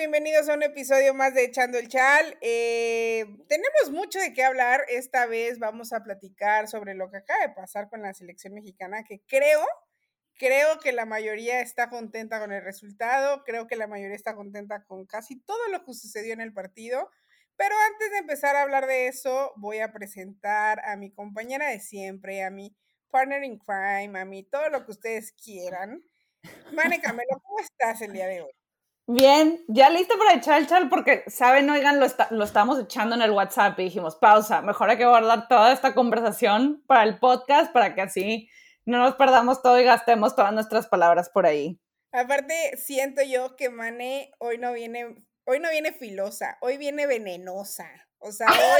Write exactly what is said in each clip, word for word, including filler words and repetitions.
Bienvenidos a un episodio más de Echando el Chal. Eh, tenemos mucho de qué hablar. Esta vez vamos a platicar sobre lo que acaba de pasar con la selección mexicana, que creo, creo que la mayoría está contenta con el resultado, creo que la mayoría está contenta con casi todo lo que sucedió en el partido. Pero antes de empezar a hablar de eso, voy a presentar a mi compañera de siempre, a mi partner in crime, a mi todo lo que ustedes quieran. Mane Camelo, ¿cómo estás el día de hoy? Bien, ya listo para echar el chal porque, saben, oigan, lo, está, lo estábamos echando en el WhatsApp y dijimos, pausa, mejor hay que guardar toda esta conversación para el podcast para que así no nos perdamos todo y gastemos todas nuestras palabras por ahí. Aparte, siento yo que Mane hoy no viene, hoy no viene filosa, hoy viene venenosa. O sea, hoy,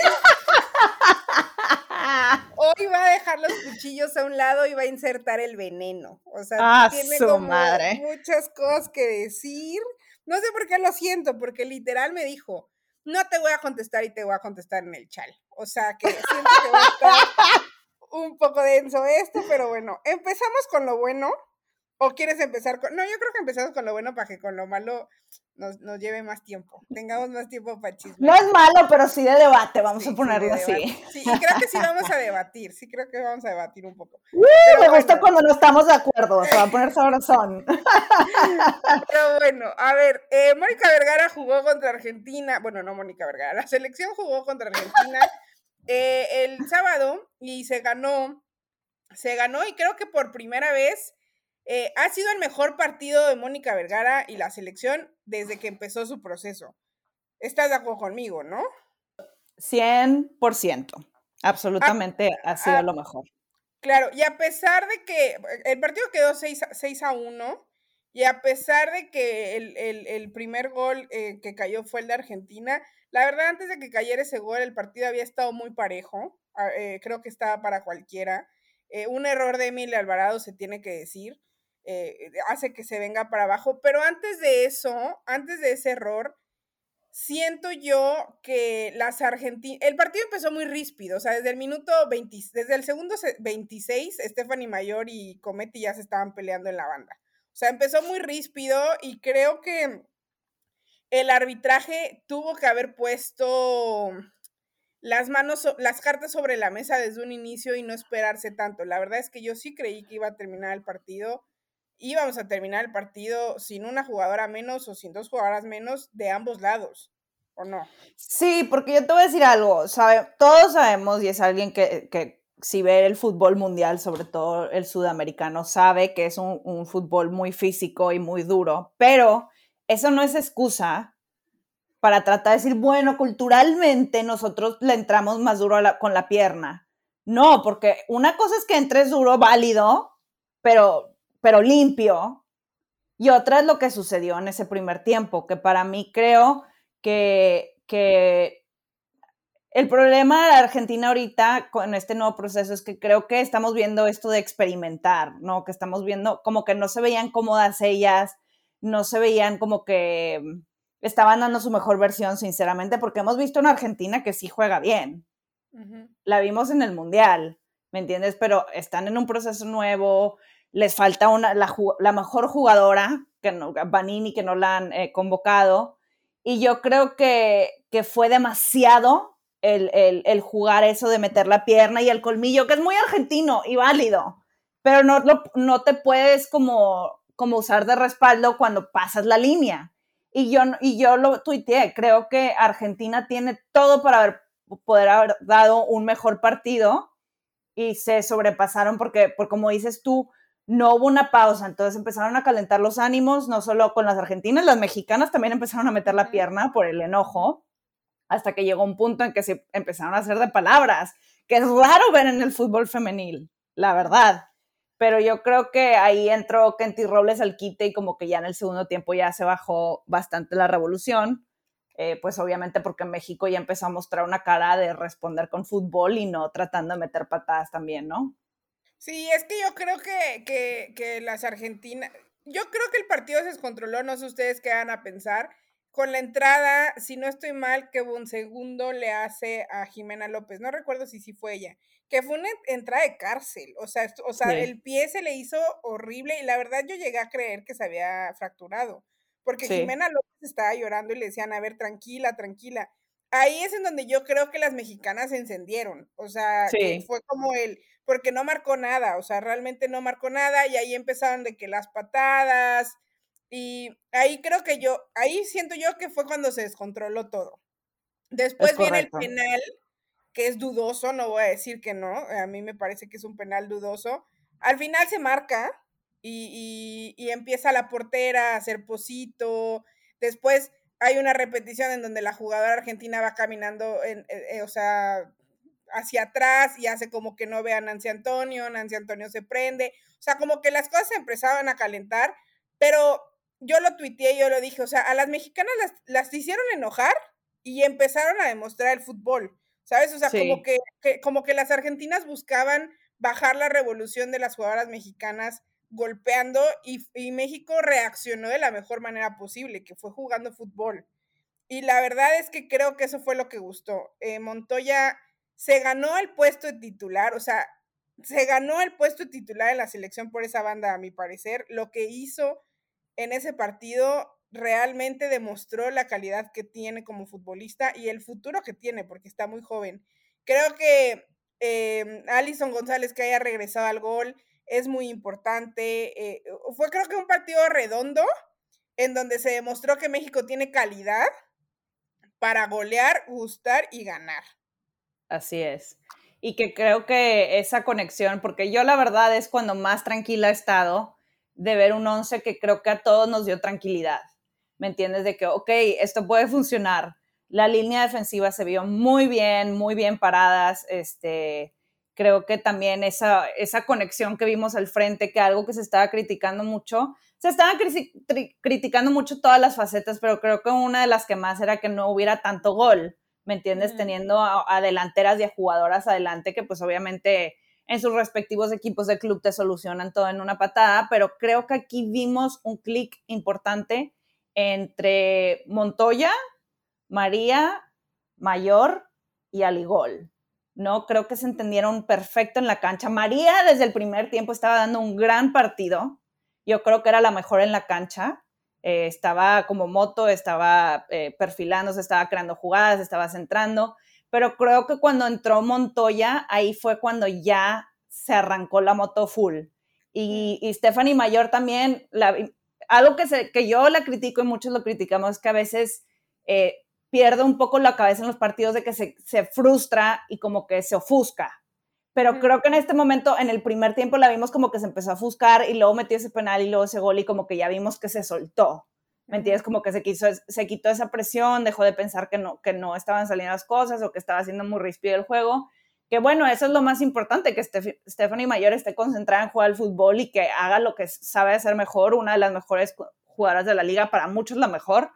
hoy va a dejar los cuchillos a un lado y va a insertar el veneno. O sea, ah, tiene su como madre. muchas cosas que decir. No sé por qué lo siento, porque literal me dijo, no te voy a contestar y te voy a contestar en el chal. O sea, que siento que va a estar un poco denso esto, pero bueno, empezamos con lo bueno. ¿O quieres empezar con...? No, yo creo que empezamos con lo bueno para que con lo malo nos, nos lleve más tiempo. Tengamos más tiempo para chisme. No es malo, pero sí de debate, vamos sí, a ponerlo sí, así. Sí, y creo que sí vamos a debatir, sí creo que vamos a debatir un poco. Uh, pero me bueno. gusta cuando no estamos de acuerdo, se va a poner sabrosón. Pero bueno, a ver, eh, Mónica Vergara jugó contra Argentina, bueno, no Mónica Vergara, la selección jugó contra Argentina eh, el sábado y se ganó, se ganó y creo que por primera vez Eh, ha sido el mejor partido de Mónica Vergara y la selección desde que empezó su proceso. ¿Estás de acuerdo conmigo, no? cien por ciento. Absolutamente a, ha sido a, lo mejor. Claro, y a pesar de que el partido quedó seis a uno, y a pesar de que el, el, el primer gol eh, que cayó fue el de Argentina, la verdad antes de que cayera ese gol el partido había estado muy parejo, eh, creo que estaba para cualquiera. Eh, un error de Emily Alvarado se tiene que decir, eh, hace que se venga para abajo, pero antes de eso, antes de ese error, siento yo que las argentinas, el partido empezó muy ríspido, o sea, desde el minuto veinte, desde el segundo veintiséis, Stephanie Mayor y Cometti ya se estaban peleando en la banda. O sea, empezó muy ríspido y creo que el arbitraje tuvo que haber puesto las manos, las cartas sobre la mesa desde un inicio y no esperarse tanto. La verdad es que yo sí creí que iba a terminar el partido. Íbamos a terminar el partido sin una jugadora menos o sin dos jugadoras menos de ambos lados, ¿o no? Sí, porque yo te voy a decir algo, sabe, todos sabemos, y es alguien que, que si ve el fútbol mundial, sobre todo el sudamericano, sabe que es un, un fútbol muy físico y muy duro, pero eso no es excusa para tratar de decir, bueno, culturalmente nosotros le entramos más duro a la, con la pierna. No, porque una cosa es que entres duro, válido, pero, pero limpio, y otra es lo que sucedió en ese primer tiempo, que para mí creo que, que el problema de Argentina ahorita con este nuevo proceso es que creo que estamos viendo esto de experimentar, ¿no? Que estamos viendo como que no se veían cómodas ellas, no se veían como que estaban dando su mejor versión, sinceramente, porque hemos visto una Argentina que sí juega bien. Uh-huh. La vimos en el Mundial, ¿me entiendes? Pero están en un proceso nuevo, les falta una, la, la mejor jugadora, que no, Vanini, que no la han eh, convocado, y yo creo que, que fue demasiado el, el, el jugar eso de meter la pierna y el colmillo, que es muy argentino y válido, pero no, lo, no te puedes como, como usar de respaldo cuando pasas la línea. Y yo, y yo lo tuiteé, creo que Argentina tiene todo para haber, poder haber dado un mejor partido y se sobrepasaron porque, porque, como dices tú, no hubo una pausa, entonces empezaron a calentar los ánimos, no solo con las argentinas, las mexicanas también empezaron a meter la pierna por el enojo, hasta que llegó un punto en que se empezaron a hacer de palabras, que es raro ver en el fútbol femenil, la verdad. Pero yo creo que ahí entró Kenty Robles al quite y como que ya en el segundo tiempo ya se bajó bastante la revolución, eh, pues obviamente porque México ya empezó a mostrar una cara de responder con fútbol y no tratando de meter patadas también, ¿no? Sí, es que yo creo que, que, que las argentinas, yo creo que el partido se descontroló, no sé ustedes qué van a pensar, con la entrada, si no estoy mal, que un segundo le hace a Jimena López, no recuerdo si sí fue ella, que fue una entrada de cárcel, o sea, o sea, sí. El pie se le hizo horrible y la verdad yo llegué a creer que se había fracturado, porque Sí, Jimena López estaba llorando y le decían, a ver, tranquila, tranquila. Ahí es en donde yo creo que las mexicanas se encendieron, o sea, que sí, fue como el, porque no marcó nada, o sea, realmente no marcó nada y ahí empezaron de que las patadas y ahí creo que yo, ahí siento yo que fue cuando se descontroló todo. es Después viene el correcto. penal, que es dudoso, no voy a decir que no, a mí me parece que es un penal dudoso. Al final se marca y, y, y empieza la portera a hacer posito. Después hay una repetición en donde la jugadora argentina va caminando, en, eh, o sea, hacia atrás y hace como que no ve a Nancy Antonio, Nancy Antonio se prende, o sea, como que las cosas empezaban a calentar, pero yo lo tuiteé, yo lo dije, o sea, a las mexicanas las, las hicieron enojar y empezaron a demostrar el fútbol, ¿sabes? O sea, como Sí, que, que, como que las argentinas buscaban bajar la revolución de las jugadoras mexicanas golpeando y, y México reaccionó de la mejor manera posible, que fue jugando fútbol. Y la verdad es que creo que eso fue lo que gustó. Eh, Montoya se ganó el puesto de titular, o sea, se ganó el puesto de titular en la selección por esa banda, a mi parecer. Lo que hizo en ese partido realmente demostró la calidad que tiene como futbolista y el futuro que tiene, porque está muy joven. Creo que eh, Alison González que haya regresado al gol es muy importante. Eh, fue creo que un partido redondo en donde se demostró que México tiene calidad para golear, gustar y ganar. así es. Y que creo que esa conexión, porque yo la verdad es cuando más tranquila he estado de ver un once que creo que a todos nos dio tranquilidad. ¿Me entiendes? De que, ok, esto puede funcionar. La línea defensiva se vio muy bien, muy bien paradas. Este, creo que también esa, esa conexión que vimos al frente, que algo que se estaba criticando mucho, se estaban cri cri criticando mucho todas las facetas, pero creo que una de las que más era que no hubiera tanto gol. ¿Me entiendes? Mm. Teniendo a, a delanteras y a jugadoras adelante que pues obviamente en sus respectivos equipos de club te solucionan todo en una patada, pero creo que aquí vimos un clic importante entre Montoya, María, Mayor y Aligol. ¿No? Creo que se entendieron perfecto en la cancha. María desde el primer tiempo estaba dando un gran partido. Yo creo que era la mejor en la cancha. Eh, estaba como moto, estaba eh, perfilándose, estaba creando jugadas, estaba centrando. Pero creo que cuando entró Montoya, ahí fue cuando ya se arrancó la moto full. Mm. Y, y Stephanie Mayor también, la, algo que, se, que yo la critico y muchos lo criticamos es que a veces eh, pierde un poco la cabeza en los partidos de que se, se frustra y como que se ofusca. Pero Ujú. creo que en este momento, en el primer tiempo, la vimos como que se empezó a ofuscar y luego metió ese penal y luego ese gol y como que ya vimos que se soltó. ¿Me entiendes? Ujú. Como que se, quiso, se quitó esa presión, dejó de pensar que no, que no estaban saliendo las cosas o que estaba haciendo muy ríspido el juego. Que bueno, eso es lo más importante, que Steph Stephanie Mayor esté concentrada en jugar al fútbol y que haga lo que sabe hacer mejor, una de las mejores jugadoras de la liga, para muchos la mejor,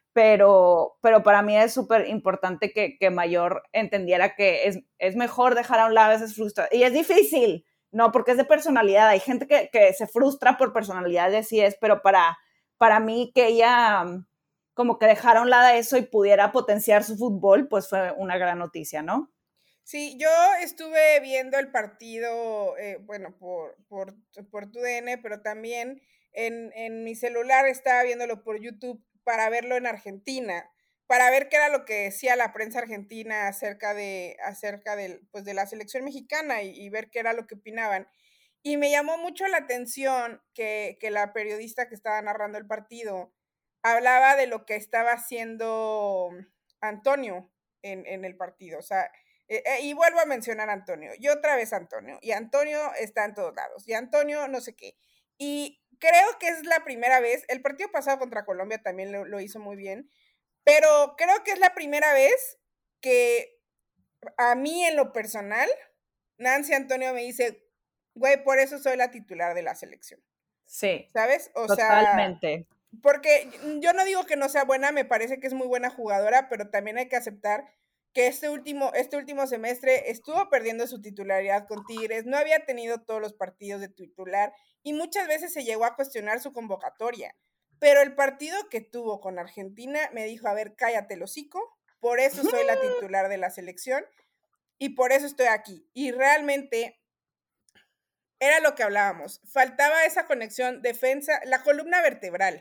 pero, pero para mí es súper importante que, que Mayor entendiera que es, es mejor dejar a un lado esas frustraciones. Y es difícil, no, porque es de personalidad. Hay gente que, que se frustra por personalidad, así es, pero para, para mí que ella como que dejara a un lado eso y pudiera potenciar su fútbol, pues fue una gran noticia, ¿no? Sí, yo estuve viendo el partido, eh, bueno, por, por, por tu D N, pero también en, en mi celular estaba viéndolo por YouTube para verlo en Argentina, para ver qué era lo que decía la prensa argentina acerca de, acerca del, pues de la selección mexicana y, y ver qué era lo que opinaban. Y me llamó mucho la atención que, que la periodista que estaba narrando el partido hablaba de lo que estaba haciendo Antonio en, en el partido. O sea, eh, eh, y vuelvo a mencionar a Antonio, y otra vez Antonio, y Antonio está en todos lados, y Antonio no sé qué. Y creo que es la primera vez, el partido pasado contra Colombia también lo, lo hizo muy bien, pero creo que es la primera vez que a mí en lo personal, Nancy Antonio me dice, güey, por eso soy la titular de la selección, Sí, ¿sabes? O sea, totalmente. porque yo no digo que no sea buena, me parece que es muy buena jugadora, pero también hay que aceptar que este último, este último semestre estuvo perdiendo su titularidad con Tigres, no había tenido todos los partidos de titular y muchas veces se llegó a cuestionar su convocatoria. Pero el partido que tuvo con Argentina me dijo, a ver, cállate el hocico, por eso soy la titular de la selección y por eso estoy aquí. Y realmente era lo que hablábamos, faltaba esa conexión defensa, la columna vertebral,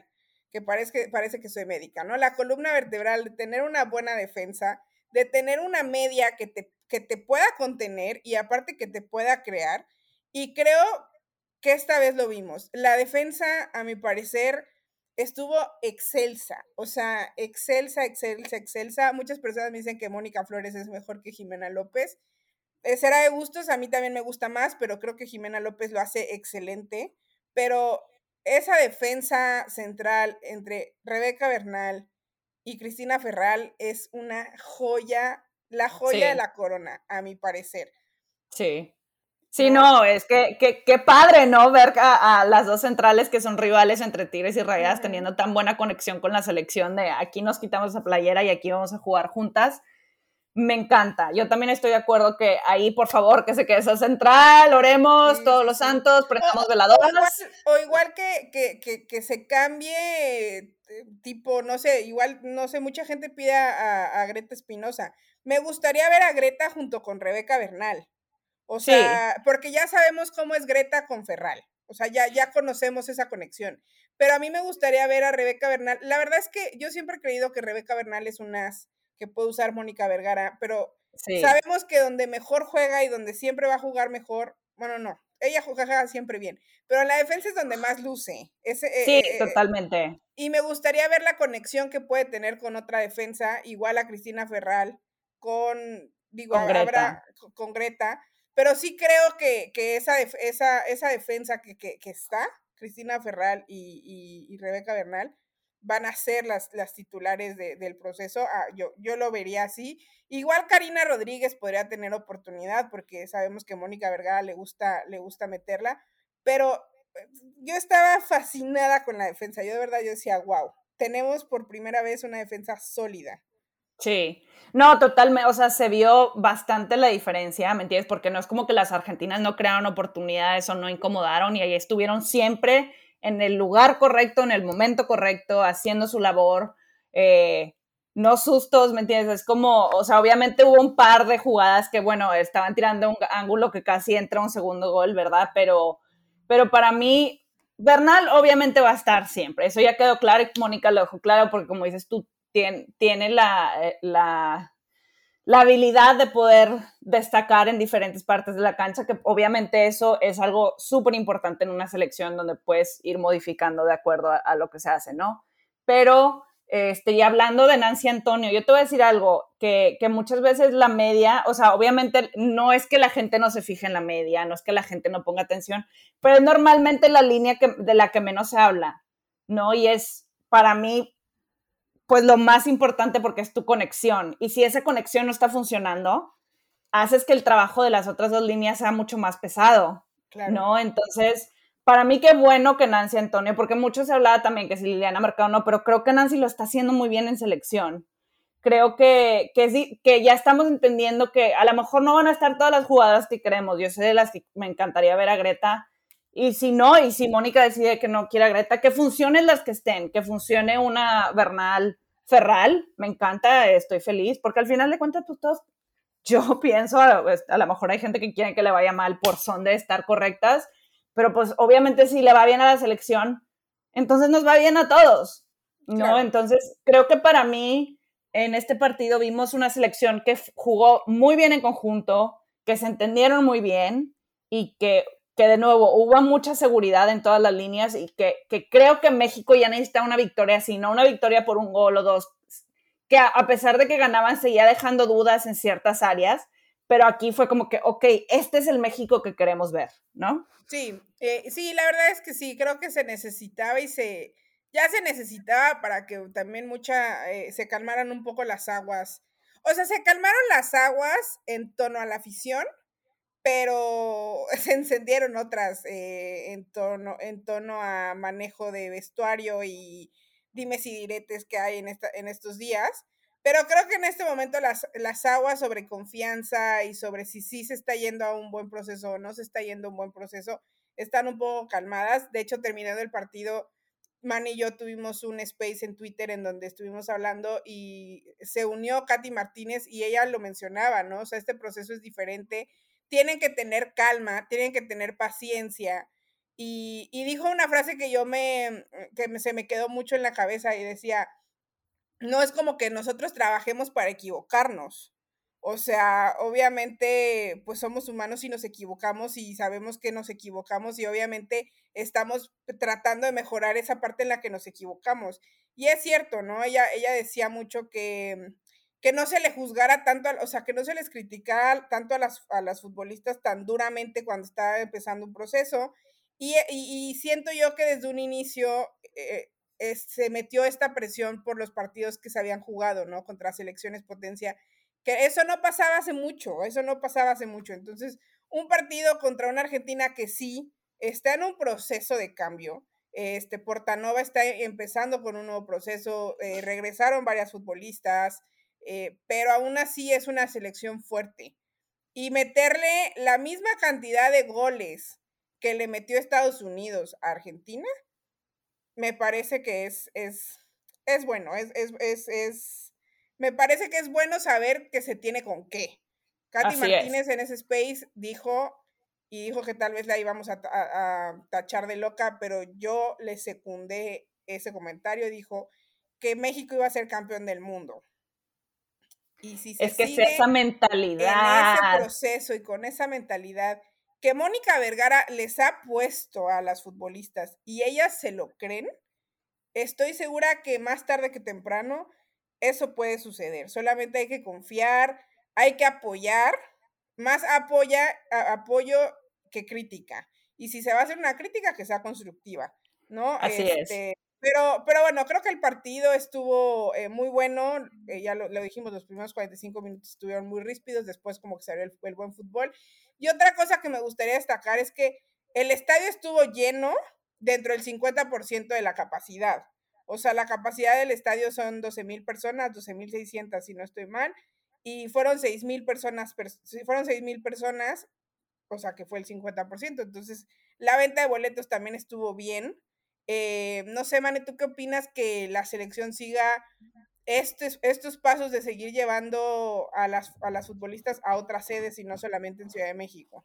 que parece, que parece que soy médica, ¿no? La columna vertebral, de tener una buena defensa, de tener una media que te, que te pueda contener y aparte que te pueda crear. Y creo que esta vez lo vimos. La defensa, a mi parecer, estuvo excelsa, o sea, excelsa, excelsa, excelsa. Muchas personas me dicen que Mónica Flores es mejor que Jimena López. Eh, será de gustos, a mí también me gusta más, pero creo que Jimena López lo hace excelente. Pero esa defensa central entre Rebeca Bernal y Cristina Ferral es una joya, la joya de Sí, la corona, a mi parecer, sí. Sí, ¿no? no, es que qué padre, ¿no? Ver a, a, las dos centrales que son rivales entre Tigres y Rayadas Ujú. teniendo tan buena conexión con la selección de aquí nos quitamos esa playera y aquí vamos a jugar juntas. Me encanta. Yo también estoy de acuerdo que ahí, por favor, que se quede esa central, oremos Sí, todos sí, los sí. santos, O, prendamos o- o igual, veladoras. o igual que, que, que, que se cambie, eh, tipo, no sé, igual, no sé, mucha gente pide a, a- a Greta Espinosa. Me gustaría ver a Greta junto con Rebeca Bernal. O Sí, sea, porque ya sabemos cómo es Greta con Ferral. O sea, ya, ya conocemos esa conexión. Pero a mí me gustaría ver a Rebeca Bernal. La verdad es que yo siempre he creído que Rebeca Bernal es un as que puede usar Mónica Vergara, pero sí, sabemos que donde mejor juega y donde siempre va a jugar mejor, bueno, no, ella juega siempre bien, pero en la defensa es donde más luce. Ese, sí, eh, eh, eh, totalmente. y me gustaría ver la conexión que puede tener con otra defensa, igual a Cristina Ferral, con, digo, Con Greta. habrá con Greta, pero sí creo que, que esa, esa, esa defensa que, que, que está, Cristina Ferral y, y, y, Rebeca Bernal, van a ser las, las titulares de, del proceso. Ah, yo, yo lo vería así. Igual Karina Rodríguez podría tener oportunidad, porque sabemos que Mónica Vergara le gusta, le gusta meterla, pero yo estaba fascinada con la defensa. Yo de verdad yo decía, wow, tenemos por primera vez una defensa sólida. Sí, no, totalmente, o sea, se vio bastante la diferencia, ¿me entiendes? Porque no es como que las argentinas no crearon oportunidades o no incomodaron y ahí estuvieron siempre en el lugar correcto, en el momento correcto, haciendo su labor, eh, no sustos, ¿me entiendes? Es como, o sea, obviamente hubo un par de jugadas que, bueno, estaban tirando un ángulo que casi entra un segundo gol, ¿verdad? Pero, pero para mí, Bernal obviamente va a estar siempre, eso ya quedó claro y Mónica lo dejó claro porque como dices tú, tiene, tiene la, la, la, habilidad de poder destacar en diferentes partes de la cancha, que obviamente eso es algo súper importante en una selección donde puedes ir modificando de acuerdo a, a lo que se hace, ¿no? Pero, este, y hablando de Nancy Antonio, yo te voy a decir algo, que, que muchas veces la media, o sea, obviamente no es que la gente no se fije en la media, no es que la gente no ponga atención, pero es normalmente la línea que, de la que menos se habla, ¿no? Y es, para mí, pues lo más importante porque es tu conexión. Y si esa conexión no está funcionando, haces que el trabajo de las otras dos líneas sea mucho más pesado, Claro. ¿no? Entonces, para mí qué bueno que Nancy Antonio, porque mucho se hablaba también que si Liliana Mercado no, pero creo que Nancy lo está haciendo muy bien en selección. Creo que, que, que ya estamos entendiendo que a lo mejor no van a estar todas las jugadas que queremos. Yo sé de las que me encantaría ver a Greta. Y si no, y si Mónica decide que no quiere a Greta, que funcionen las que estén, que funcione una Bernal Ferral, me encanta, estoy feliz, porque al final de cuentas, pues todos, yo pienso, pues, a lo mejor hay gente que quiere que le vaya mal por son de estar correctas, pero pues obviamente si le va bien a la selección, entonces nos va bien a todos, ¿no? Claro. Entonces creo que para mí en este partido vimos una selección que jugó muy bien en conjunto, que se entendieron muy bien y que, que de nuevo hubo mucha seguridad en todas las líneas y que, que creo que México ya necesita una victoria así, no una victoria por un gol o dos, que a, a pesar de que ganaban seguía dejando dudas en ciertas áreas, pero aquí fue como que, ok, este es el México que queremos ver, ¿no? Sí, eh, sí, la verdad es que sí, creo que se necesitaba y se, ya se necesitaba para que también mucha, eh, se calmaran un poco las aguas. O sea, se calmaron las aguas en torno a la afición, pero se encendieron otras eh, en, torno, en torno a manejo de vestuario y dimes y diretes que hay en, esta, en estos días. Pero creo que en este momento las, las aguas sobre confianza y sobre si sí se está yendo a un buen proceso o no se está yendo a un buen proceso están un poco calmadas. De hecho, terminando el partido, Man y yo tuvimos un space en Twitter en donde estuvimos hablando y se unió Katy Martínez y ella lo mencionaba, ¿no? O sea, este proceso es diferente, tienen que tener calma, tienen que tener paciencia y, y dijo una frase que yo me, que me, se me quedó mucho en la cabeza y decía, no es como que nosotros trabajemos para equivocarnos. O sea, obviamente, pues somos humanos y nos equivocamos y sabemos que nos equivocamos y obviamente estamos tratando de mejorar esa parte en la que nos equivocamos. Y es cierto, ¿no? Ella, ella decía mucho que, que no se le juzgara tanto, o sea, que no se les criticara tanto a las, a las futbolistas tan duramente cuando estaba empezando un proceso. Y, y, y siento yo que desde un inicio eh, eh, se metió esta presión por los partidos que se habían jugado, ¿no? Contra selecciones potencia, que eso no pasaba hace mucho, eso no pasaba hace mucho. Entonces, un partido contra una Argentina que sí está en un proceso de cambio. Este, Portanova está empezando con un nuevo proceso, eh, regresaron varias futbolistas, eh, pero aún así es una selección fuerte. Y meterle la misma cantidad de goles que le metió Estados Unidos a Argentina, me parece que es, es, es bueno, es, es, es, es, me parece que es bueno saber que se tiene con qué. Katy Así es. Martínez en ese space dijo, y dijo que tal vez la íbamos a, a, a tachar de loca, pero yo le secundé ese comentario, dijo que México iba a ser campeón del mundo. Y si se Es que es esa sigue en ese mentalidad. proceso y con esa mentalidad que Mónica Vergara les ha puesto a las futbolistas y ellas se lo creen, estoy segura que más tarde que temprano eso puede suceder. Solamente hay que confiar, hay que apoyar, más apoya, a, apoyo que crítica. Y si se va a hacer una crítica, que sea constructiva, ¿no? Así es. Este, pero, pero bueno, creo que el partido estuvo eh, muy bueno, eh, ya lo, lo, dijimos, los primeros cuarenta y cinco minutos estuvieron muy ríspidos, después como que salió el, el buen fútbol. Y otra cosa que me gustaría destacar es que el estadio estuvo lleno dentro del cincuenta por ciento de la capacidad. O sea, la capacidad del estadio son doce mil personas, doce mil seiscientas si no estoy mal, y fueron seis mil personas, fueron seis mil personas, o sea que fue el cincuenta por ciento. Entonces, la venta de boletos también estuvo bien. Eh, no sé, Mane, ¿tú qué opinas que la selección siga estos, estos pasos de seguir llevando a las, a las futbolistas a otras sedes y no solamente en Ciudad de México?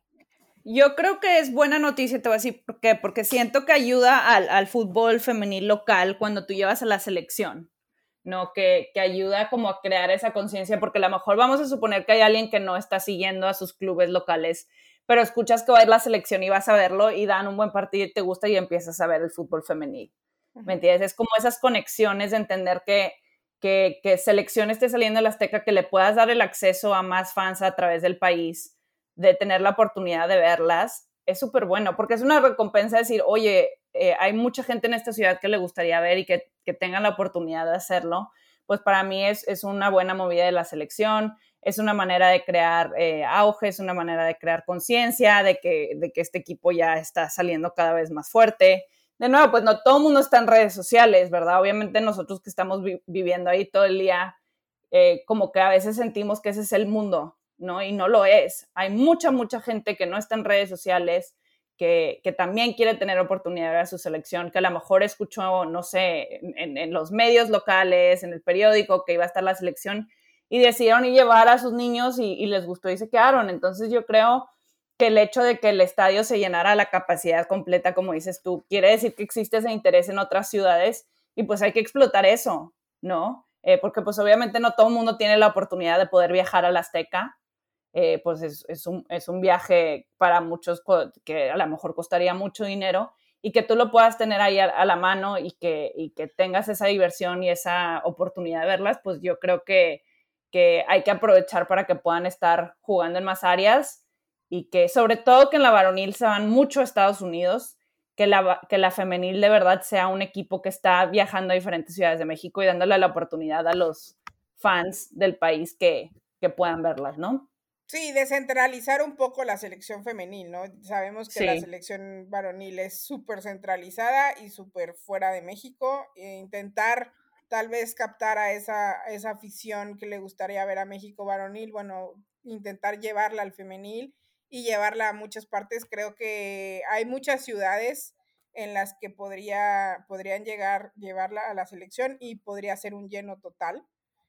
Yo creo que es buena noticia, te voy a decir por qué, porque siento que ayuda al, al fútbol femenil local cuando tú llevas a la selección, ¿no? Que, que ayuda como a crear esa conciencia, porque a lo mejor vamos a suponer que hay alguien que no está siguiendo a sus clubes locales, pero escuchas que va a ir la selección y vas a verlo y dan un buen partido y te gusta y empiezas a ver el fútbol femenil, ¿me entiendes? Es como esas conexiones de entender que, que, que selección esté saliendo de la Azteca, que le puedas dar el acceso a más fans a través del país, de tener la oportunidad de verlas, es súper bueno, porque es una recompensa decir, oye, eh, hay mucha gente en esta ciudad que le gustaría ver y que, que tengan la oportunidad de hacerlo, pues para mí es, es una buena movida de la selección, es una manera de crear eh, auge, es una manera de crear conciencia, de que, de que este equipo ya está saliendo cada vez más fuerte. De nuevo, pues no todo el mundo está en redes sociales, ¿verdad? Obviamente nosotros que estamos vi- viviendo ahí todo el día, eh, como que a veces sentimos que ese es el mundo, ¿no? Y no lo es. Hay mucha, mucha gente que no está en redes sociales, que, que también quiere tener oportunidad de ver a su selección, que a lo mejor escuchó, no sé, en, en los medios locales, en el periódico, que iba a estar la selección, y decidieron ir llevar a sus niños y, y les gustó y se quedaron. Entonces yo creo que el hecho de que el estadio se llenara a la capacidad completa, como dices tú, quiere decir que existe ese interés en otras ciudades y pues hay que explotar eso, ¿no? Eh, porque pues obviamente no todo el mundo tiene la oportunidad de poder viajar a la Azteca, eh, pues es, es, un, es un viaje para muchos que a lo mejor costaría mucho dinero y que tú lo puedas tener ahí a, a la mano y que, y que tengas esa diversión y esa oportunidad de verlas, pues yo creo que, que hay que aprovechar para que puedan estar jugando en más áreas y que sobre todo que en la varonil se van mucho a Estados Unidos, que la, que la femenil de verdad sea un equipo que está viajando a diferentes ciudades de México y dándole la oportunidad a los fans del país que, que puedan verlas, ¿no? Sí, descentralizar un poco la selección femenil, ¿no? Sabemos que la Sí. selección varonil es súper centralizada y súper fuera de México. E intentar tal vez captar a esa, esa afición que le gustaría ver a México varonil, bueno, intentar llevarla al femenil y llevarla a muchas partes. Creo que hay muchas ciudades en las que podría, podrían llegar, llevarla a la selección y podría ser un lleno total.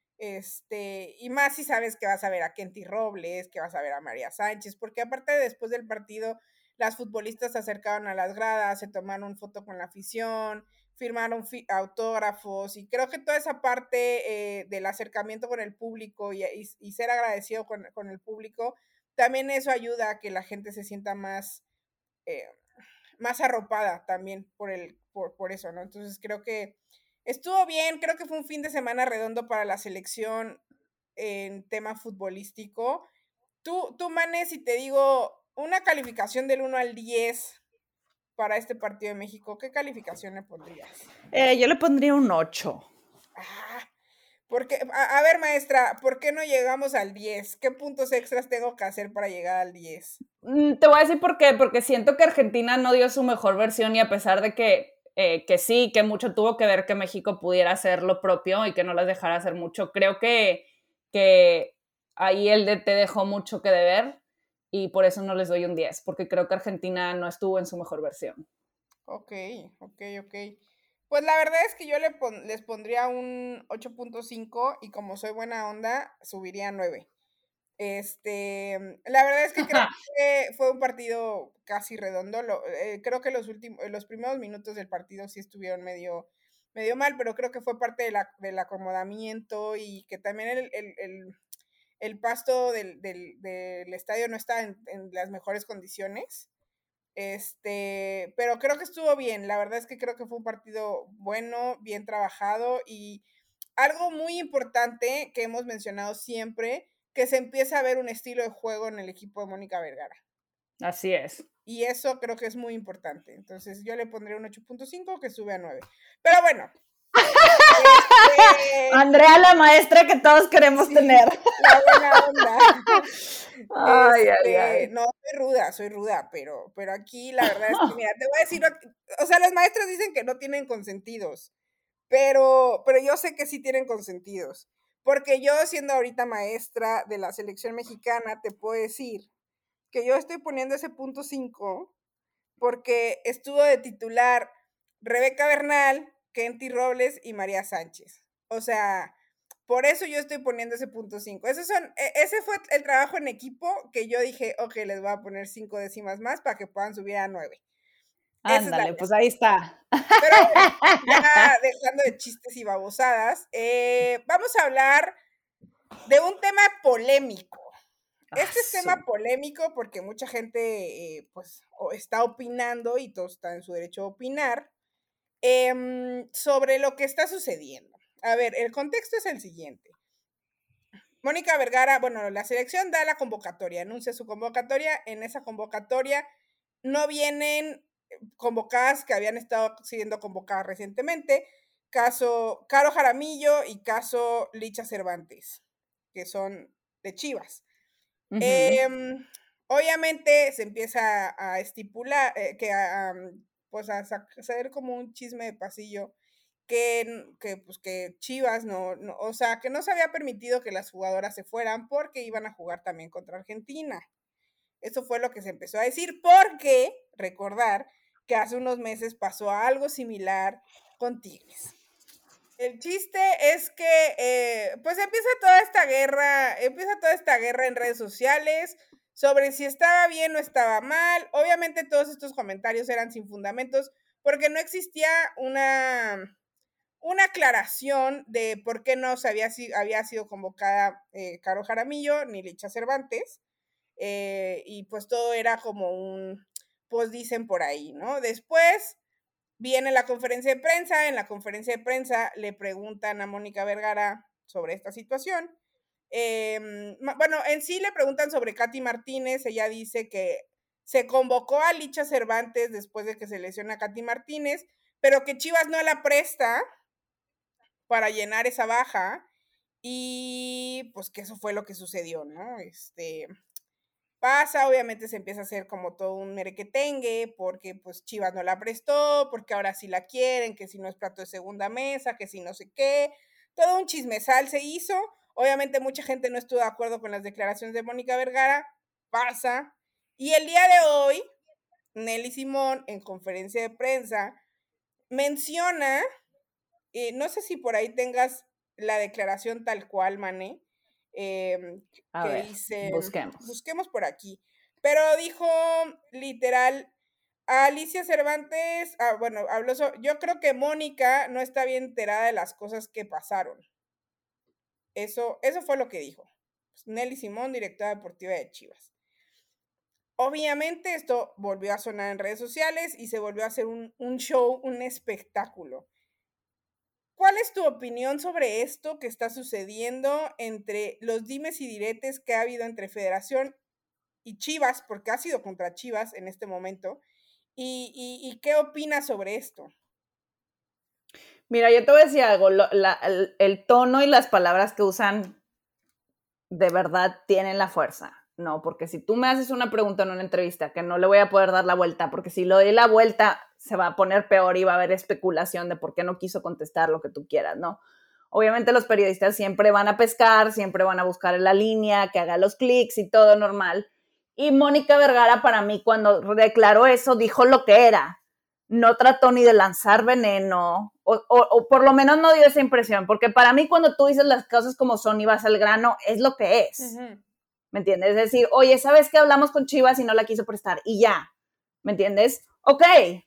Este, y más si sabes que vas a ver a Kenty Robles, que vas a ver a María Sánchez, porque aparte después del partido las futbolistas se acercaron a las gradas, se tomaron foto con la afición, firmaron fi autógrafos, y creo que toda esa parte eh, del acercamiento con el público y, y, y ser agradecido con, con, el público, también eso ayuda a que la gente se sienta más, eh, más arropada también por, el, por, por eso, ¿no? Entonces creo que estuvo bien, creo que fue un fin de semana redondo para la selección en tema futbolístico. Tú, tú Mane, si te digo una calificación del uno al diez para este partido de México, ¿qué calificación le pondrías? Eh, yo le pondría un ocho. Ah, porque, a, a ver, maestra, ¿por qué no llegamos al diez? ¿Qué puntos extras tengo que hacer para llegar al diez? Mm, te voy a decir por qué, porque siento que Argentina no dio su mejor versión y a pesar de que, eh, que sí, que mucho tuvo que ver que México pudiera hacer lo propio y que no las dejara hacer mucho, creo que, que ahí el D T dejó mucho que deber y por eso no les doy un diez, porque creo que Argentina no estuvo en su mejor versión. Ok, ok, ok. Pues la verdad es que yo le pon les pondría un ocho punto cinco y como soy buena onda, subiría a nueve. Este, la verdad es que creo que fue un partido casi redondo. Lo, eh, creo que los últimos, los primeros minutos del partido sí estuvieron medio, medio mal, pero creo que fue parte de la, del acomodamiento y que también el, el, el, el pasto del, del, del, estadio no estaba en, en las mejores condiciones. Este, pero creo que estuvo bien. La verdad es que creo que fue un partido bueno, bien trabajado y algo muy importante que hemos mencionado siempre, que se empieza a ver un estilo de juego en el equipo de Mónica Vergara. Así es. Y eso creo que es muy importante. Entonces yo le pondré un ocho punto cinco que sube a nueve. Pero bueno. Este... Andrea, la maestra que todos queremos sí, tener. La buena onda. Ay, este, ay, ay. No, soy ruda, soy ruda, pero, pero aquí la verdad es que, mira, te voy a decir, o sea, los maestros dicen que no tienen consentidos, pero, pero yo sé que sí tienen consentidos, porque yo siendo ahorita maestra de la selección mexicana, te puedo decir que yo estoy poniendo ese punto cinco porque estuvo de titular Rebeca Bernal, Kenty Robles y María Sánchez. O sea, por eso yo estoy poniendo ese punto cinco. Esos son, ese fue el trabajo en equipo que yo dije, ok, les voy a poner cinco décimas más para que puedan subir a nueve. Ándale, es pues ahí está. Pero bueno, ya dejando de chistes y babosadas, eh, vamos a hablar de un tema polémico. Este es tema polémico porque mucha gente eh, pues está opinando y todos están en su derecho a opinar eh, sobre lo que está sucediendo. A ver, el contexto es el siguiente. Mónica Vergara, bueno, la selección da la convocatoria, anuncia su convocatoria. En esa convocatoria no vienen convocadas que habían estado siendo convocadas recientemente, caso Caro Jaramillo y caso Licha Cervantes, que son de Chivas. Uh -huh. eh, obviamente se empieza a estipular, eh, que a, pues a hacer como un chisme de pasillo, que, que, pues que Chivas no, no, o sea, que no se había permitido que las jugadoras se fueran porque iban a jugar también contra Argentina. Eso fue lo que se empezó a decir, porque recordar que hace unos meses pasó algo similar con Tigres. El chiste es que, eh, pues empieza toda esta guerra, empieza toda esta guerra en redes sociales sobre si estaba bien o estaba mal. Obviamente todos estos comentarios eran sin fundamentos porque no existía una, una aclaración de por qué no se había, había sido convocada eh, Caro Jaramillo ni Licha Cervantes. Eh, y pues todo era como un, pues dicen por ahí, ¿no? Después viene la conferencia de prensa, en la conferencia de prensa le preguntan a Mónica Vergara sobre esta situación. Eh, bueno, en sí le preguntan sobre Katy Martínez, ella dice que se convocó a Licha Cervantes después de que se lesiona a Katy Martínez, pero que Chivas no la presta para llenar esa baja y pues que eso fue lo que sucedió, ¿no? Este, pasa, obviamente se empieza a hacer como todo un merequetengue, porque pues Chivas no la prestó, porque ahora sí la quieren, que si no es plato de segunda mesa, que si no sé qué, todo un chismesal se hizo. Obviamente mucha gente no estuvo de acuerdo con las declaraciones de Mónica Vergara, pasa, y el día de hoy, Nelly Simón, en conferencia de prensa, menciona, eh, no sé si por ahí tengas la declaración tal cual, Mané, eh, a que ver, dice, busquemos. busquemos por aquí, pero dijo literal, a Alicia Cervantes, ah, bueno, habló so, yo creo que Mónica no está bien enterada de las cosas que pasaron. Eso, eso fue lo que dijo. Pues Nelly Simón, directora deportiva de Chivas. Obviamente esto volvió a sonar en redes sociales y se volvió a hacer un, un show, un espectáculo. ¿Cuál es tu opinión sobre esto que está sucediendo entre los dimes y diretes que ha habido entre Federación y Chivas, porque ha sido contra Chivas en este momento? ¿Y, y, y qué opinas sobre esto? Mira, yo te voy a decir algo, lo, la, el, el tono y las palabras que usan de verdad tienen la fuerza, ¿no? Porque si tú me haces una pregunta en una entrevista que no le voy a poder dar la vuelta, porque si le doy la vuelta se va a poner peor y va a haber especulación de por qué no quiso contestar lo que tú quieras, ¿no? Obviamente los periodistas siempre van a pescar, siempre van a buscar en la línea, que haga los clics y todo normal. Y Mónica Vergara, para mí, cuando declaró eso, dijo lo que era. No trató ni de lanzar veneno, o, o, o por lo menos no dio esa impresión, porque para mí cuando tú dices las cosas como son y vas al grano, es lo que es. Uh-huh. ¿Me entiendes? Es decir, oye, ¿sabes qué? Hablamos con Chivas y no la quiso prestar, y ya. ¿Me entiendes? Ok,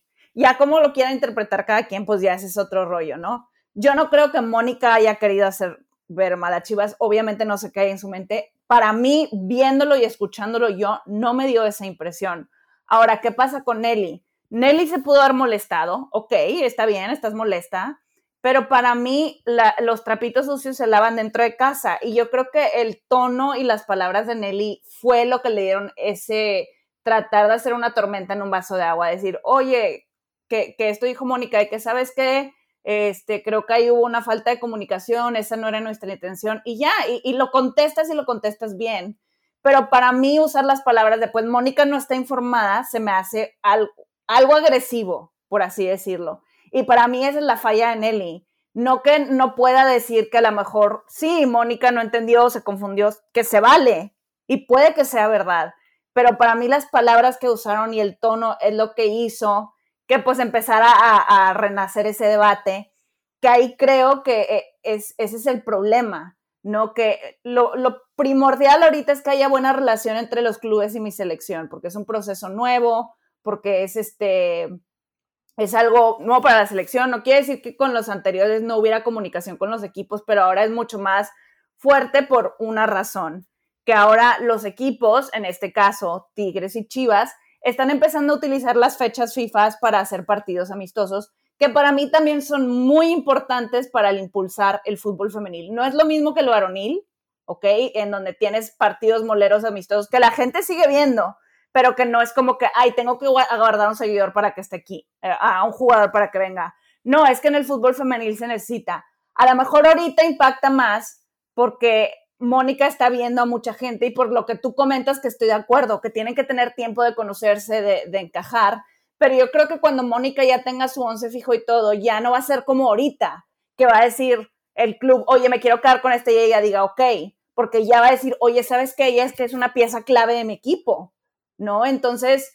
ya como lo quiera interpretar cada quien, pues ya ese es otro rollo, ¿no? Yo no creo que Mónica haya querido hacer ver mal a Chivas, obviamente no sé qué hay en su mente. Para mí, viéndolo y escuchándolo yo, no me dio esa impresión. Ahora, ¿qué pasa con Nelly? Nelly se pudo haber molestado, ok, está bien, estás molesta, pero para mí la, los trapitos sucios se lavan dentro de casa, y yo creo que el tono y las palabras de Nelly fue lo que le dieron ese tratar de hacer una tormenta en un vaso de agua, decir, oye, que, que esto dijo Mónica, y que sabes qué, este, creo que ahí hubo una falta de comunicación, esa no era nuestra intención, y ya, y, y lo contestas y lo contestas bien, pero para mí usar las palabras de, pues Mónica no está informada, se me hace algo, algo agresivo, por así decirlo. Y para mí esa es la falla de Nelly. No que no pueda decir que a lo mejor, sí, Mónica no entendió, se confundió, que se vale. Y puede que sea verdad. Pero para mí las palabras que usaron y el tono es lo que hizo que pues empezara a, a renacer ese debate. Que ahí creo que es, ese es el problema, ¿no? Que lo, lo primordial ahorita es que haya buena relación entre los clubes y mi selección, porque es un proceso nuevo, porque es este, es algo nuevo para la selección. No quiere decir que con los anteriores no hubiera comunicación con los equipos, pero ahora es mucho más fuerte por una razón, que ahora los equipos, en este caso Tigres y Chivas, están empezando a utilizar las fechas FIFA para hacer partidos amistosos, que para mí también son muy importantes para el impulsar el fútbol femenil. No es lo mismo que el varonil, ¿ok? En donde tienes partidos moleros amistosos que la gente sigue viendo, pero que no es como que, ay, tengo que aguardar un seguidor para que esté aquí, eh, a un jugador para que venga. No, es que en el fútbol femenil se necesita. A lo mejor ahorita impacta más porque Mónica está viendo a mucha gente, y por lo que tú comentas que estoy de acuerdo, que tienen que tener tiempo de conocerse, de, de encajar, pero yo creo que cuando Mónica ya tenga su once fijo y todo, ya no va a ser como ahorita, que va a decir el club, oye, me quiero quedar con este, y ella diga, ok, porque ya va a decir, oye, ¿sabes qué? Ella es que es una pieza clave de mi equipo, ¿no? Entonces,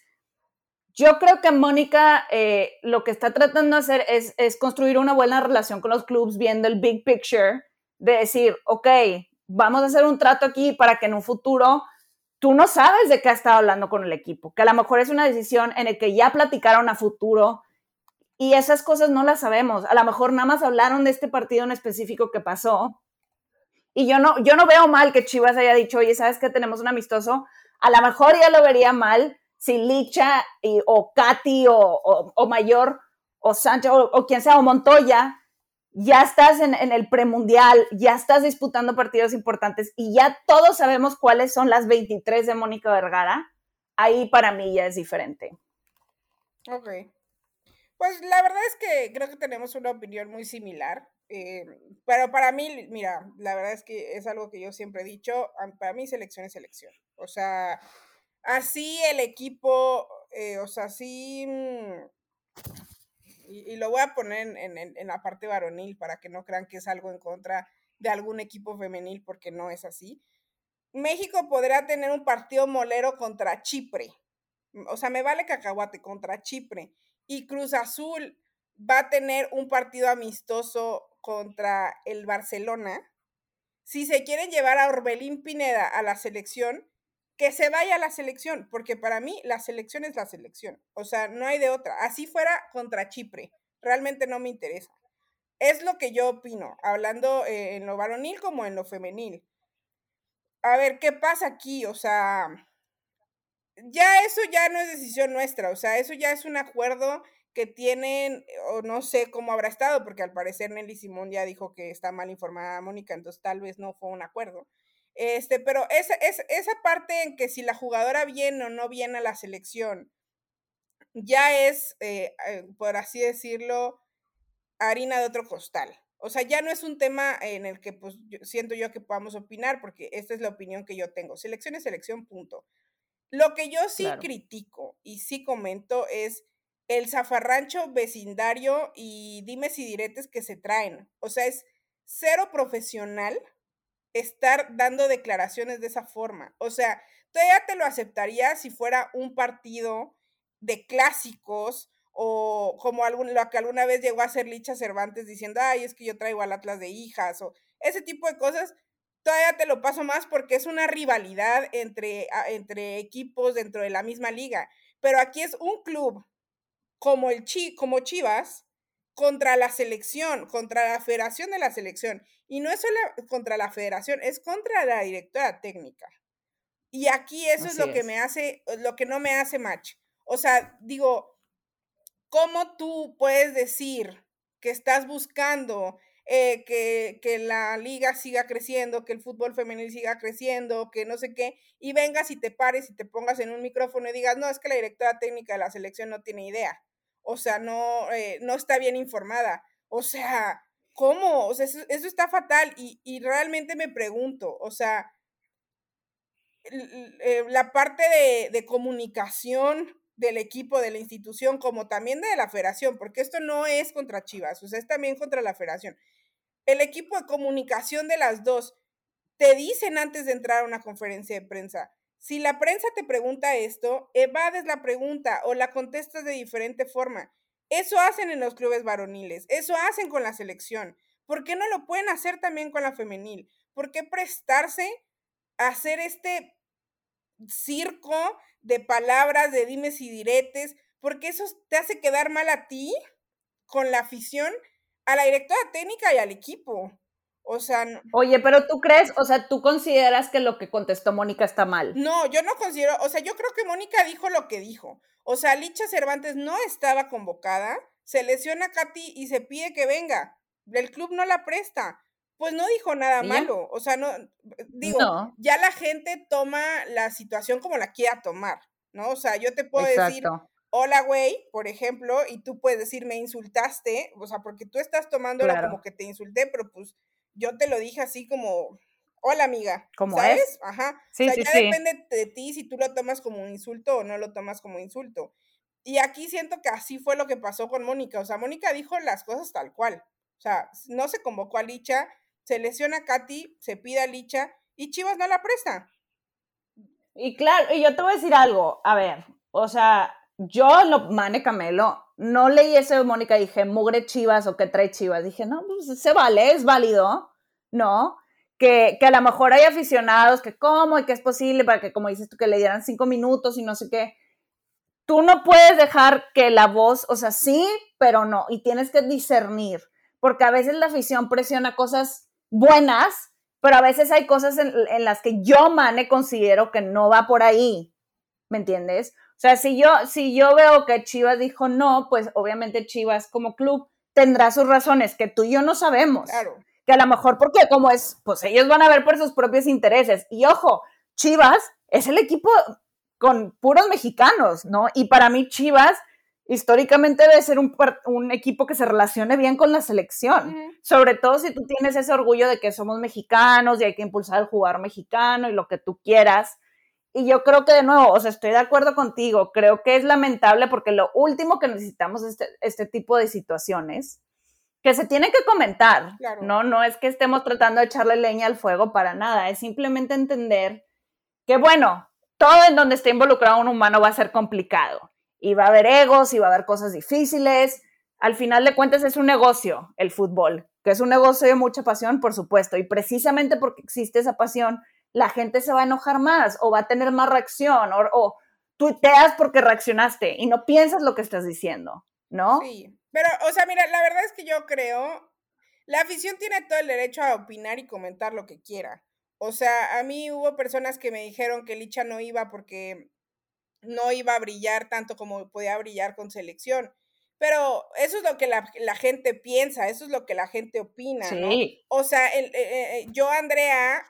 yo creo que Mónica eh, lo que está tratando de hacer es, es construir una buena relación con los clubs, viendo el big picture, de decir, ok, vamos a hacer un trato aquí para que en un futuro tú no sabes de qué ha estado hablando con el equipo, que a lo mejor es una decisión en el que ya platicaron a futuro, y esas cosas no las sabemos. A lo mejor nada más hablaron de este partido en específico que pasó, y yo no, yo no veo mal que Chivas haya dicho, oye, ¿sabes qué? Tenemos un amistoso. A lo mejor ya lo vería mal si Licha y, o Katy o, o, o Mayor o Sánchez o, o quien sea, o Montoya, ya estás en, en el premundial, ya estás disputando partidos importantes y ya todos sabemos cuáles son las veintitrés de Mónica Vergara. Ahí para mí ya es diferente. Ok. Pues la verdad es que creo que tenemos una opinión muy similar, eh, pero para mí, mira, la verdad es que es algo que yo siempre he dicho, para mí selección es selección. O sea, así el equipo, eh, o sea, así... Y, y, lo voy a poner en, en, en la parte varonil para que no crean que es algo en contra de algún equipo femenil, porque no es así. México podrá tener un partido molero contra Chipre, o sea, me vale cacahuate, contra Chipre, y Cruz Azul va a tener un partido amistoso contra el Barcelona. Si se quieren llevar a Orbelín Pineda a la selección, que se vaya a la selección, porque para mí la selección es la selección, o sea, no hay de otra. Así fuera contra Chipre, realmente no me interesa. Es lo que yo opino, hablando eh, en lo varonil como en lo femenil. A ver, ¿qué pasa aquí? O sea, ya eso ya no es decisión nuestra, o sea, eso ya es un acuerdo que tienen, o no sé cómo habrá estado, porque al parecer Nelly Simón ya dijo que está mal informada Mónica, entonces tal vez no fue un acuerdo. Este, pero esa, esa, esa parte en que si la jugadora viene o no viene a la selección, ya es, eh, eh, por así decirlo, harina de otro costal. O sea, ya no es un tema en el que pues yo, siento yo que podamos opinar, porque esta es la opinión que yo tengo. Selección es selección, punto. Lo que yo sí Claro. critico y sí comento es el zafarrancho vecindario y dimes y diretes que se traen. O sea, es cero profesional estar dando declaraciones de esa forma. O sea, todavía te lo aceptaría si fuera un partido de clásicos o como algún, lo que alguna vez llegó a hacer Licha Cervantes diciendo, ay, es que yo traigo al Atlas de hijas o ese tipo de cosas. Todavía te lo paso más porque es una rivalidad entre, entre equipos dentro de la misma liga. Pero aquí es un club como, el Chi, como Chivas contra la selección, contra la federación de la selección. Y no es solo contra la federación, es contra la directora técnica. Y aquí eso es Así lo que es. me hace, lo que no me hace match. O sea, digo, ¿cómo tú puedes decir que estás buscando eh, que, que la liga siga creciendo, que el fútbol femenil siga creciendo, que no sé qué, y vengas y te pares y te pongas en un micrófono y digas, no, es que la directora técnica de la selección no tiene idea, o sea, no, eh, no está bien informada, o sea, ¿cómo? O sea, eso, eso está fatal y, y realmente me pregunto, o sea, la parte de, de comunicación del equipo, de la institución, como también de la federación, porque esto no es contra Chivas, o sea, es también contra la federación. El equipo de comunicación de las dos te dicen antes de entrar a una conferencia de prensa, si la prensa te pregunta esto, evades la pregunta o la contestas de diferente forma. Eso hacen en los clubes varoniles, eso hacen con la selección. ¿Por qué no lo pueden hacer también con la femenil? ¿Por qué prestarse a hacer este circo de palabras, de dimes y diretes? Porque eso te hace quedar mal a ti, con la afición, a la directora técnica y al equipo. O sea, no. Oye, pero tú crees, o sea, tú consideras que lo que contestó Mónica está mal. No, yo no considero, o sea, yo creo que Mónica dijo lo que dijo. O sea, Licha Cervantes no estaba convocada, se lesiona a Katy y se pide que venga. El club no la presta. Pues no dijo nada ¿Y ya? malo. O sea, no, digo, No, ya la gente toma la situación como la quiera tomar, ¿no? O sea, yo te puedo decir, exacto, hola, güey, por ejemplo, y tú puedes decir, me insultaste, o sea, porque tú estás tomándolo como claro, que te insulté, pero pues yo te lo dije así como, hola, amiga, como es. ¿sabes? Ajá. O Sí, sea, sí, ya sí. depende de ti si tú lo tomas como un insulto o no lo tomas como insulto. Y aquí siento que así fue lo que pasó con Mónica. O sea, Mónica dijo las cosas tal cual. O sea, no se convocó a Licha, se lesiona a Katy, se pide a Licha y Chivas no la presta. Y claro, y yo te voy a decir algo, a ver, o sea, yo, lo, Mane Camelo, no leí eso de Mónica y dije, mugre Chivas o qué trae Chivas. Dije, no, pues se vale, es válido, ¿no? Que, que a lo mejor hay aficionados que cómo y que es posible para que, como dices tú, que le dieran cinco minutos y no sé qué. Tú no puedes dejar que la voz, o sea, sí, pero no, y tienes que discernir, porque a veces la afición presiona cosas buenas, pero a veces hay cosas en, en las que yo, Mane, considero que no va por ahí, ¿me entiendes? O sea, si yo, si yo veo que Chivas dijo no, pues obviamente Chivas como club tendrá sus razones que tú y yo no sabemos, Claro. que a lo mejor porque como es, pues ellos van a ver por sus propios intereses, y ojo, Chivas es el equipo con puros mexicanos, ¿no? Y para mí Chivas históricamente debe ser un, un equipo que se relacione bien con la selección, Uh-huh. sobre todo si tú tienes ese orgullo de que somos mexicanos y hay que impulsar el jugador mexicano y lo que tú quieras. Y yo creo que de nuevo, o sea, estoy de acuerdo contigo, creo que es lamentable porque lo último que necesitamos es este, este tipo de situaciones que se tiene que comentar, Claro. ¿no? No es que estemos tratando de echarle leña al fuego para nada, es simplemente entender que, bueno, todo en donde esté involucrado un humano va a ser complicado y va a haber egos y va a haber cosas difíciles. Al final de cuentas es un negocio el fútbol, que es un negocio de mucha pasión, por supuesto, y precisamente porque existe esa pasión la gente se va a enojar más o va a tener más reacción o, o tuiteas porque reaccionaste y no piensas lo que estás diciendo, ¿no? Sí, pero, o sea, mira, la verdad es que yo creo, la afición tiene todo el derecho a opinar y comentar lo que quiera. O sea, a mí hubo personas que me dijeron que Licha no iba porque no iba a brillar tanto como podía brillar con selección. Pero eso es lo que la, la gente piensa, eso es lo que la gente opina, ¿no? Sí. O sea, el, eh, eh, yo, Andrea,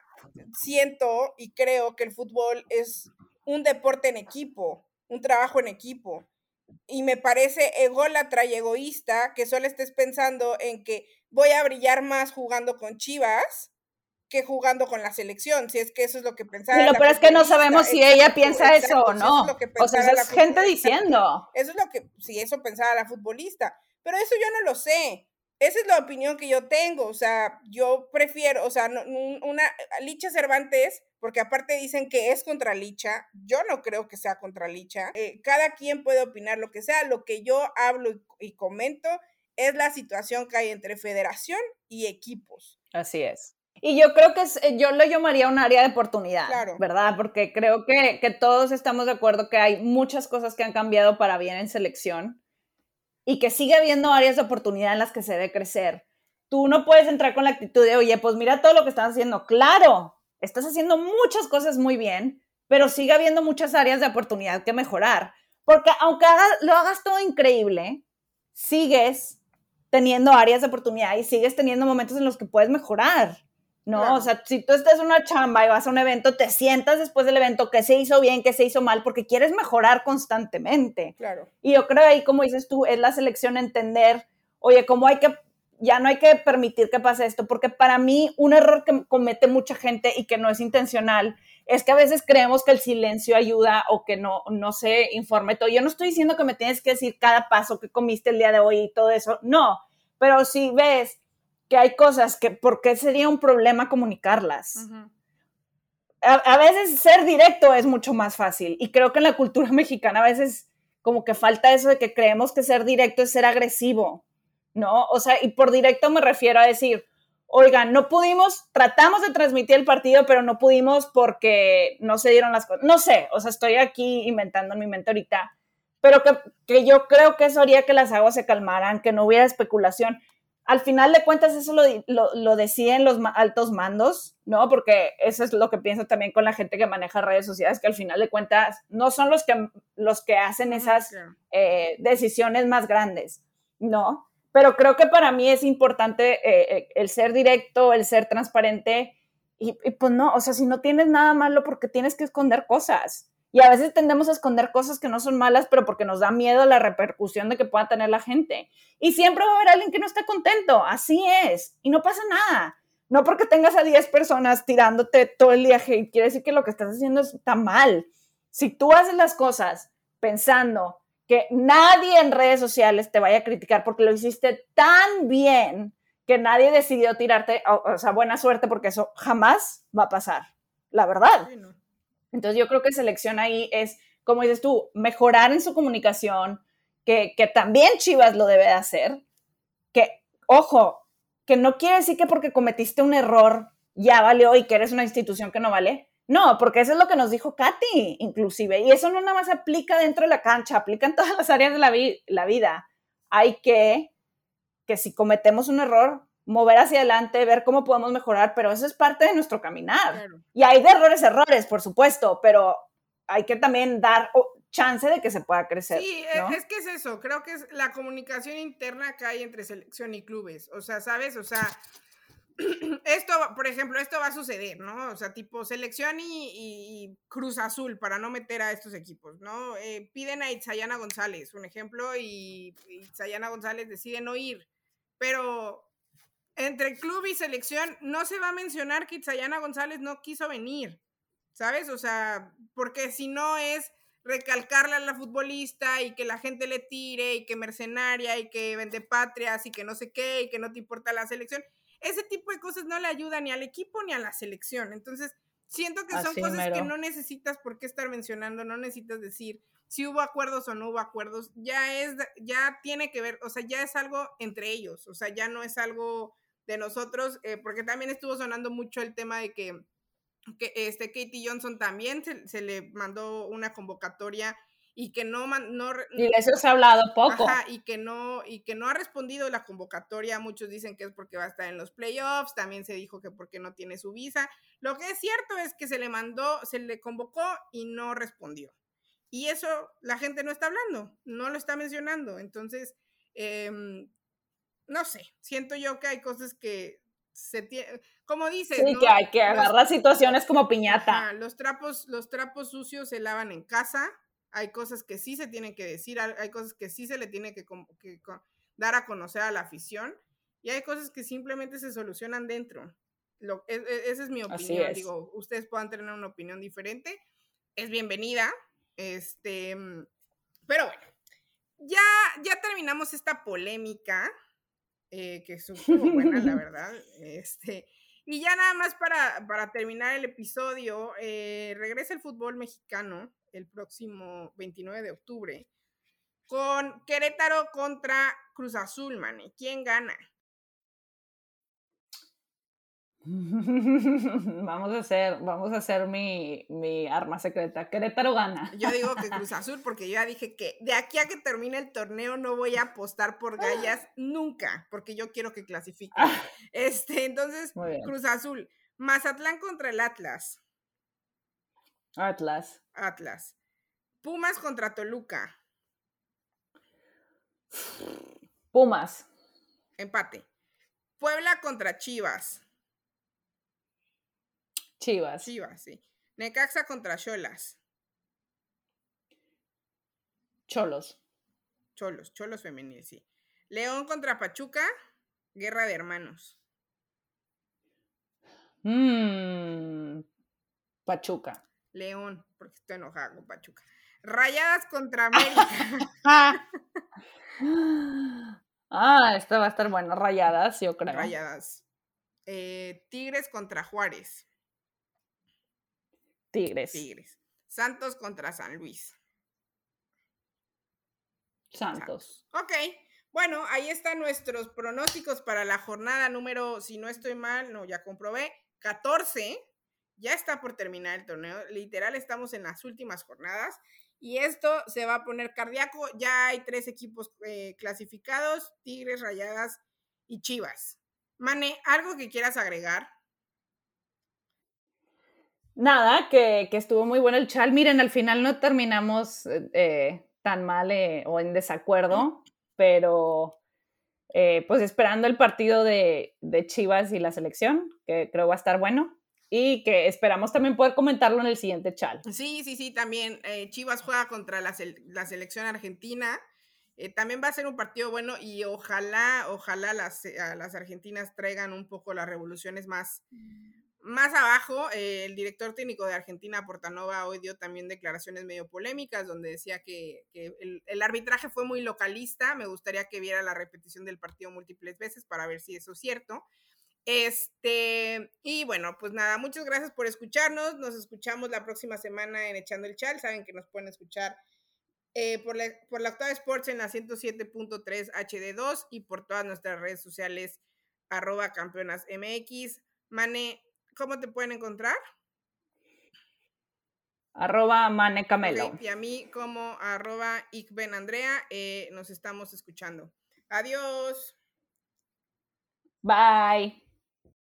siento y creo que el fútbol es un deporte en equipo, un trabajo en equipo. Y me parece ególatra y egoísta que solo estés pensando en que voy a brillar más jugando con Chivas que jugando con la selección, si es que eso es lo que Y pensara lo la peor es que no futbolista. sabemos si ella Exacto, piensa eso o exacto, si eso es no. lo que O sea, pensara eso la es gente futbolista. diciendo. Eso es lo que, si eso pensaba la futbolista. Pero eso yo no lo sé. Esa es la opinión que yo tengo. O sea, yo prefiero, o sea, no, una Licha Cervantes, porque aparte dicen que es contra Licha. Yo no creo que sea contra Licha. Eh, cada quien puede opinar lo que sea. Lo que yo hablo y, y comento es la situación que hay entre federación y equipos. Así es. Y yo creo que es, yo lo llamaría un área de oportunidad, Claro. ¿verdad? Porque creo que, que todos estamos de acuerdo que hay muchas cosas que han cambiado para bien en selección y que sigue habiendo áreas de oportunidad en las que se debe crecer. Tú no puedes entrar con la actitud de, oye, pues mira todo lo que estás haciendo. Claro, estás haciendo muchas cosas muy bien, pero sigue habiendo muchas áreas de oportunidad que mejorar. Porque aunque hagas, lo hagas todo increíble, sigues teniendo áreas de oportunidad y sigues teniendo momentos en los que puedes mejorar, ¿no? Claro. O sea, si tú estás en una chamba y vas a un evento, te sientas después del evento, qué se hizo bien, qué se hizo mal, porque quieres mejorar constantemente. Claro. Y yo creo ahí, como dices tú, es la selección entender, oye, cómo hay que, ya no hay que permitir que pase esto, porque para mí un error que comete mucha gente y que no es intencional es que a veces creemos que el silencio ayuda o que no, no se informe todo. Yo no estoy diciendo que me tienes que decir cada paso que comiste el día de hoy y todo eso, no, pero si ves que hay cosas que, ¿por qué sería un problema comunicarlas? Uh-huh. A, a veces ser directo es mucho más fácil y creo que en la cultura mexicana a veces como que falta eso de que creemos que ser directo es ser agresivo, ¿no? O sea, y por directo me refiero a decir, oigan, no pudimos, tratamos de transmitir el partido, pero no pudimos porque no se dieron las cosas. No sé, o sea, estoy aquí inventando en mi mente ahorita, pero que, que yo creo que eso haría que las aguas se calmaran, que no hubiera especulación. Al final de cuentas eso lo, lo, lo deciden los altos mandos, ¿no? Porque eso es lo que pienso también con la gente que maneja redes sociales, que al final de cuentas no son los que, los que hacen esas okay. eh, decisiones más grandes, ¿no? Pero creo que para mí es importante eh, el ser directo, el ser transparente y, y pues no, o sea, si no tienes nada malo, ¿por qué tienes que esconder cosas? Y a veces tendemos a esconder cosas que no son malas, pero porque nos da miedo la repercusión de que pueda tener la gente. Y siempre va a haber alguien que no está contento, así es, y no pasa nada. No porque tengas a diez personas tirándote todo el día hate, quiere decir que lo que estás haciendo está mal. Si tú haces las cosas pensando que nadie en redes sociales te vaya a criticar porque lo hiciste tan bien que nadie decidió tirarte, o, o sea, buena suerte porque eso jamás va a pasar, la verdad. Sí, no. Entonces yo creo que selección ahí es, como dices tú, mejorar en su comunicación, que, que también Chivas lo debe de hacer, que, ojo, que no quiere decir que porque cometiste un error ya valió y que eres una institución que no vale. No, porque eso es lo que nos dijo Katy, inclusive, y eso no nada más aplica dentro de la cancha, aplica en todas las áreas de la, vi- la vida. Hay que, que si cometemos un error, mover hacia adelante, ver cómo podemos mejorar, pero eso es parte de nuestro caminar. Claro. Y hay de errores, errores, por supuesto, pero hay que también dar chance de que se pueda crecer. Sí, ¿no? es, es que es eso, creo que es la comunicación interna que hay entre selección y clubes, o sea, ¿sabes? O sea, esto, por ejemplo, esto va a suceder, ¿no? O sea, tipo selección y, y, y Cruz Azul, para no meter a estos equipos, ¿no? Eh, piden a Itzayana González, un ejemplo, y Itzayana González decide no ir, pero entre club y selección no se va a mencionar que Itzayana González no quiso venir, ¿sabes? O sea, porque si no es recalcarle a la futbolista y que la gente le tire y que mercenaria y que vende patrias y que no sé qué y que no te importa la selección. Ese tipo de cosas no le ayudan ni al equipo ni a la selección. Entonces, siento que son Así cosas mero. que no necesitas por qué estar mencionando, no necesitas decir si hubo acuerdos o no hubo acuerdos. Ya es, ya tiene que ver, o sea, ya es algo entre ellos, o sea, ya no es algo de nosotros, eh, porque también estuvo sonando mucho el tema de que que este Katie Johnson también se, se le mandó una convocatoria y que no, no y de eso se ha hablado poco. Ajá, y que no y que no ha respondido la convocatoria. Muchos dicen que es porque va a estar en los playoffs, también se dijo que porque no tiene su visa. Lo que es cierto es que se le mandó, se le convocó y no respondió. Y eso la gente no está hablando, no lo está mencionando. Entonces, eh, no sé, siento yo que hay cosas que se tiene, como dices, sí, ¿no? que hay que agarrar situaciones como piñata. Ajá, los trapos, los trapos sucios se lavan en casa. Hay cosas que sí se tienen que decir, hay cosas que sí se le tiene que, que, que dar a conocer a la afición y hay cosas que simplemente se solucionan dentro. Lo, es, es, esa es mi opinión. Es. Digo, ustedes puedan tener una opinión diferente, es bienvenida. Este, pero bueno, ya, ya terminamos esta polémica, eh, que estuvo buena, la verdad. Este, y ya nada más para, para terminar el episodio, eh, regresa el fútbol mexicano el próximo veintinueve de octubre con Querétaro contra Cruz Azul, mane. ¿Quién gana? Vamos a hacer, vamos a hacer mi, mi arma secreta. Querétaro gana. Yo digo que Cruz Azul, porque yo ya dije que de aquí a que termine el torneo no voy a apostar por gallas nunca, porque yo quiero que clasifiquen. Este, entonces, Cruz Azul. Mazatlán contra el Atlas. Atlas. Atlas. Pumas contra Toluca. Pumas. Empate. Puebla contra Chivas. Chivas. Chivas, sí. Necaxa contra Xolas. Cholos. Cholos, Cholos femenil, sí. León contra Pachuca. Guerra de hermanos. Mmm. Pachuca. León, porque estoy enojada con Pachuca. Rayadas contra América. Ah, esta va a estar bueno. Rayadas, yo creo. Rayadas. Eh, Tigres contra Juárez. Tigres. Tigres. Santos contra San Luis. Santos. Santos. Ok. Bueno, ahí están nuestros pronósticos para la jornada número, si no estoy mal, no, ya comprobé, catorce. Ya está por terminar el torneo. Literal, estamos en las últimas jornadas. Y esto se va a poner cardíaco. Ya hay tres equipos eh, clasificados: Tigres, Rayadas y Chivas. Mane, ¿algo que quieras agregar? Nada, que, que estuvo muy bueno el chal. Miren, al final no terminamos eh, tan mal eh, o en desacuerdo, pero eh, pues esperando el partido de, de Chivas y la selección, que creo va a estar bueno. Y que esperamos también poder comentarlo en el siguiente chal. Sí, sí, sí, también. Eh, Chivas juega contra la, la selección argentina. Eh, también va a ser un partido bueno y ojalá, ojalá las, a las argentinas traigan un poco las revoluciones más, más abajo. Eh, el director técnico de Argentina, Portanova, hoy dio también declaraciones medio polémicas donde decía que, que el, el arbitraje fue muy localista. Me gustaría que viera la repetición del partido múltiples veces para ver si eso es cierto. Este, y bueno, pues nada, muchas gracias por escucharnos. Nos escuchamos la próxima semana en Echando el Chal. Saben que nos pueden escuchar eh, por, la, por la Octava Sports en la ciento siete punto tres H D dos y por todas nuestras redes sociales, arroba campeonas M X. Mane, ¿cómo te pueden encontrar? Arroba Mane Camelo. Okay, y a mí como arroba Icben Andrea. Eh, nos estamos escuchando. Adiós. Bye.